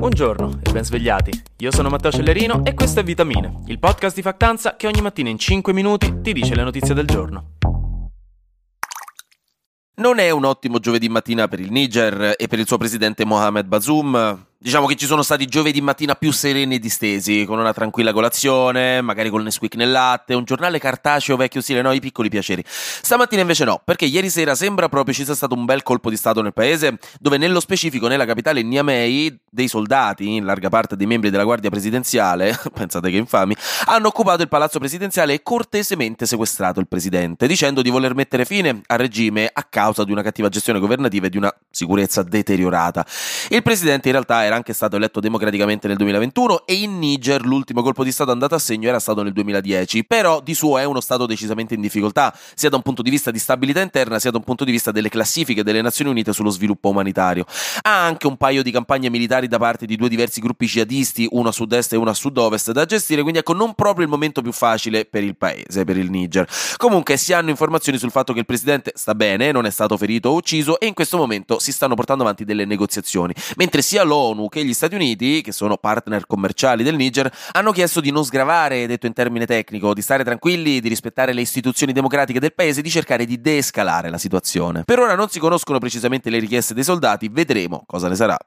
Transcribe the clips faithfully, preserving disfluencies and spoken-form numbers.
Buongiorno e ben svegliati. Io sono Matteo Cellerino e questo è Vitamine, il podcast di Factanza che ogni mattina in cinque minuti ti dice le notizie del giorno. Non è un ottimo giovedì mattina per il Niger e per il suo presidente Mohamed Bazoum. Diciamo che ci sono stati giovedì mattina più sereni e distesi, con una tranquilla colazione, magari col Nesquik nel latte, un giornale cartaceo vecchio stile, no, i piccoli piaceri. Stamattina invece no, perché ieri sera sembra proprio ci sia stato un bel colpo di stato nel paese, dove nello specifico nella capitale Niamey dei soldati, in larga parte dei membri della guardia presidenziale, pensate che infami, hanno occupato il palazzo presidenziale e cortesemente sequestrato il presidente, dicendo di voler mettere fine al regime a causa di una cattiva gestione governativa e di una sicurezza deteriorata. Il presidente in realtà era anche stato eletto democraticamente nel duemilaventuno e in Niger l'ultimo colpo di stato andato a segno era stato nel duemiladieci, però di suo è uno stato decisamente in difficoltà, sia da un punto di vista di stabilità interna sia da un punto di vista delle classifiche delle Nazioni Unite sullo sviluppo umanitario. Ha anche un paio di campagne militari da parte di due diversi gruppi jihadisti, uno a sud-est e uno a sud-ovest da gestire, quindi ecco non proprio il momento più facile per il paese, per il Niger. Comunque si hanno informazioni sul fatto che il presidente sta bene, non è stato ferito o ucciso e in questo momento si stanno portando avanti delle negoziazioni, mentre sia l'ONU che gli Stati Uniti, che sono partner commerciali del Niger, hanno chiesto di non sgravare, detto in termine tecnico, di stare tranquilli, di rispettare le istituzioni democratiche del paese e di cercare di deescalare la situazione. Per ora non si conoscono precisamente le richieste dei soldati, vedremo cosa ne sarà.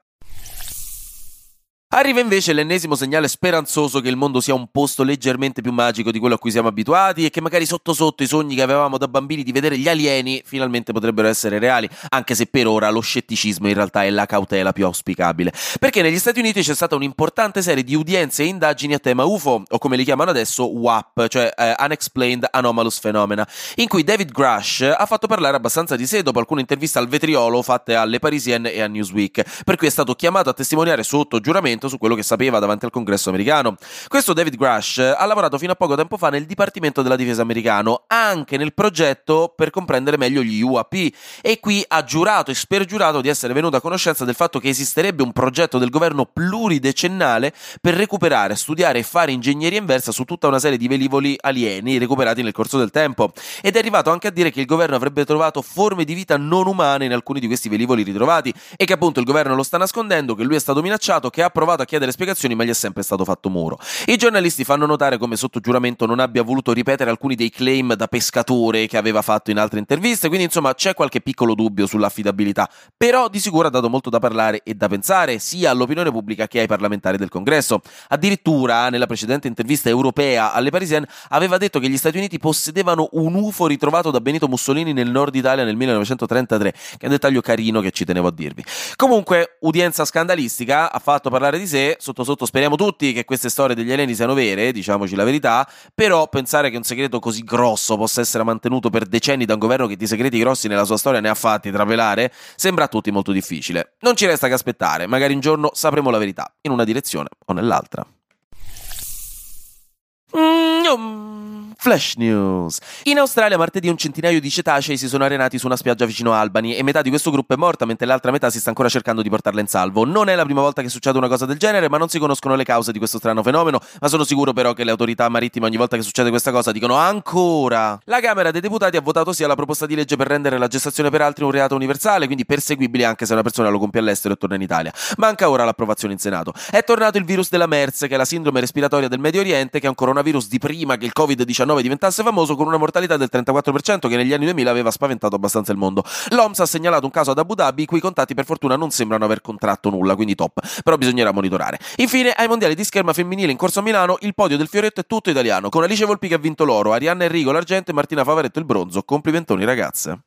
Arriva invece l'ennesimo segnale speranzoso che il mondo sia un posto leggermente più magico di quello a cui siamo abituati e che magari sotto sotto i sogni che avevamo da bambini di vedere gli alieni finalmente potrebbero essere reali, anche se per ora lo scetticismo in realtà è la cautela più auspicabile. Perché negli Stati Uniti c'è stata un'importante serie di udienze e indagini a tema U F O, o come li chiamano adesso U A P, cioè eh, Unexplained Anomalous Phenomena, in cui David Grush ha fatto parlare abbastanza di sé dopo alcune interviste al vetriolo fatte alle Parisienne e a Newsweek, per cui è stato chiamato a testimoniare sotto giuramento su quello che sapeva davanti al congresso americano. Questo David Grush ha lavorato fino a poco tempo fa nel Dipartimento della Difesa americano, anche nel progetto per comprendere meglio gli U A P, e qui ha giurato e spergiurato di essere venuto a conoscenza del fatto che esisterebbe un progetto del governo pluridecennale per recuperare, studiare e fare ingegneria inversa su tutta una serie di velivoli alieni recuperati nel corso del tempo, ed è arrivato anche a dire che il governo avrebbe trovato forme di vita non umane in alcuni di questi velivoli ritrovati e che appunto il governo lo sta nascondendo, che lui è stato minacciato, che ha provato a chiedere spiegazioni ma gli è sempre stato fatto muro. I giornalisti fanno notare come sotto giuramento non abbia voluto ripetere alcuni dei claim da pescatore che aveva fatto in altre interviste, quindi insomma c'è qualche piccolo dubbio sull'affidabilità, però di sicuro ha dato molto da parlare e da pensare sia all'opinione pubblica che ai parlamentari del congresso. Addirittura nella precedente intervista europea alle Parisienne aveva detto che gli Stati Uniti possedevano un U F O ritrovato da Benito Mussolini nel nord Italia nel millenovecentotrentatré, che è un dettaglio carino che ci tenevo a dirvi. Comunque, udienza scandalistica, ha fatto parlare di sé, sotto sotto speriamo tutti che queste storie degli alieni siano vere, diciamoci la verità, però pensare che un segreto così grosso possa essere mantenuto per decenni da un governo che di segreti grossi nella sua storia ne ha fatti trapelare, sembra a tutti molto difficile. Non ci resta che aspettare, magari un giorno sapremo la verità, in una direzione o nell'altra. Mm-hmm. Flash News. In Australia martedì un centinaio di cetacei si sono arenati su una spiaggia vicino a Albany e metà di questo gruppo è morta mentre l'altra metà si sta ancora cercando di portarla in salvo. Non è la prima volta che succede una cosa del genere, ma non si conoscono le cause di questo strano fenomeno, ma sono sicuro però che le autorità marittime ogni volta che succede questa cosa dicono ancora. La Camera dei Deputati ha votato sì alla proposta di legge per rendere la gestazione per altri un reato universale, quindi perseguibile anche se una persona lo compie all'estero e torna in Italia. Manca ora l'approvazione in Senato. È tornato il virus della MERS, che è la sindrome respiratoria del Medio Oriente, che è un coronavirus di prima che il covid diciannove diventasse famoso, con una mortalità del trentaquattro per cento che negli anni duemila aveva spaventato abbastanza il mondo. L'O M S ha segnalato un caso ad Abu Dhabi, i cui contatti per fortuna non sembrano aver contratto nulla, quindi top, però bisognerà monitorare. Infine, ai mondiali di scherma femminile in corso a Milano, il podio del fioretto è tutto italiano, con Alice Volpi che ha vinto l'oro, Arianna Enrico l'argento e Martina Favaretto il bronzo. Complimentoni ragazze.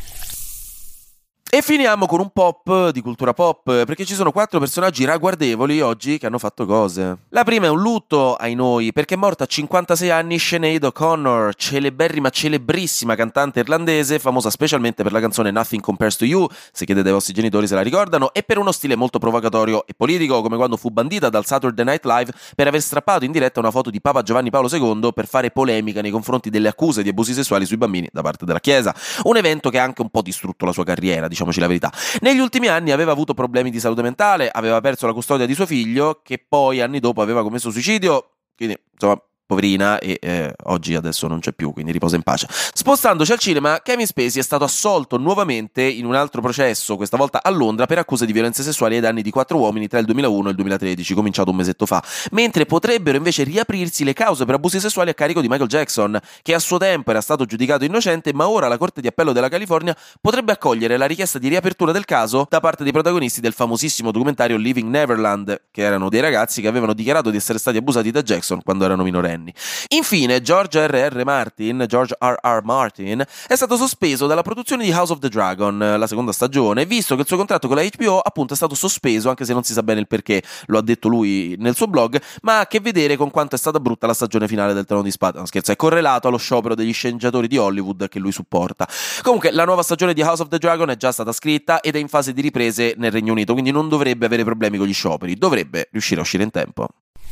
E finiamo con un pop di cultura pop, perché ci sono quattro personaggi ragguardevoli oggi che hanno fatto cose. La prima è un lutto ai noi, perché è morta a cinquantasei anni Sinead O'Connor, celeberrima, celebrissima cantante irlandese, famosa specialmente per la canzone Nothing Compares to You, se chiedete ai vostri genitori se la ricordano, e per uno stile molto provocatorio e politico, come quando fu bandita dal Saturday Night Live per aver strappato in diretta una foto di Papa Giovanni Paolo secondo per fare polemica nei confronti delle accuse di abusi sessuali sui bambini da parte della Chiesa. Un evento che ha anche un po' distrutto la sua carriera, diciamo la verità. Negli ultimi anni aveva avuto problemi di salute mentale, aveva perso la custodia di suo figlio, che poi anni dopo aveva commesso suicidio, quindi insomma poverina, e eh, oggi adesso non c'è più, quindi riposa in pace. Spostandoci al cinema, Kevin Spacey è stato assolto nuovamente in un altro processo, questa volta a Londra, per accuse di violenze sessuali ai danni di quattro uomini tra il duemilauno e il duemilatredici, cominciato un mesetto fa, mentre potrebbero invece riaprirsi le cause per abusi sessuali a carico di Michael Jackson, che a suo tempo era stato giudicato innocente, ma ora la Corte di Appello della California potrebbe accogliere la richiesta di riapertura del caso da parte dei protagonisti del famosissimo documentario Living Neverland, che erano dei ragazzi che avevano dichiarato di essere stati abusati da Jackson quando erano minorenni. Infine, George R R. Martin, George R R. Martin, è stato sospeso dalla produzione di House of the Dragon, la seconda stagione, visto che il suo contratto con la H B O appunto è stato sospeso, anche se non si sa bene il perché, lo ha detto lui nel suo blog, ma ha a che vedere con quanto è stata brutta la stagione finale del Trono di Spade. Non scherzo, è correlato allo sciopero degli sceneggiatori di Hollywood che lui supporta. Comunque, la nuova stagione di House of the Dragon è già stata scritta ed è in fase di riprese nel Regno Unito, quindi non dovrebbe avere problemi con gli scioperi, dovrebbe riuscire a uscire in tempo.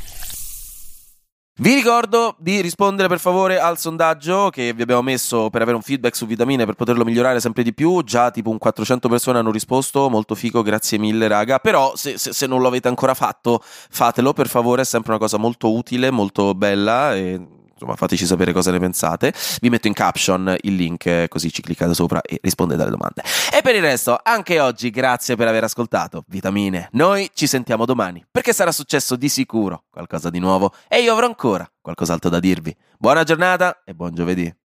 Vi ricordo di rispondere per favore al sondaggio che vi abbiamo messo per avere un feedback su Vitamine, per poterlo migliorare sempre di più. Già tipo un quattrocento persone hanno risposto, molto figo, grazie mille raga. Però se, se, se non lo avete ancora fatto, fatelo per favore, è sempre una cosa molto utile, molto bella e... insomma, fateci sapere cosa ne pensate. Vi metto in caption il link, così ci cliccate sopra e rispondete alle domande. E per il resto, anche oggi, grazie per aver ascoltato Vitamine. Noi ci sentiamo domani, perché sarà successo di sicuro qualcosa di nuovo e io avrò ancora qualcos'altro da dirvi. Buona giornata e buon giovedì.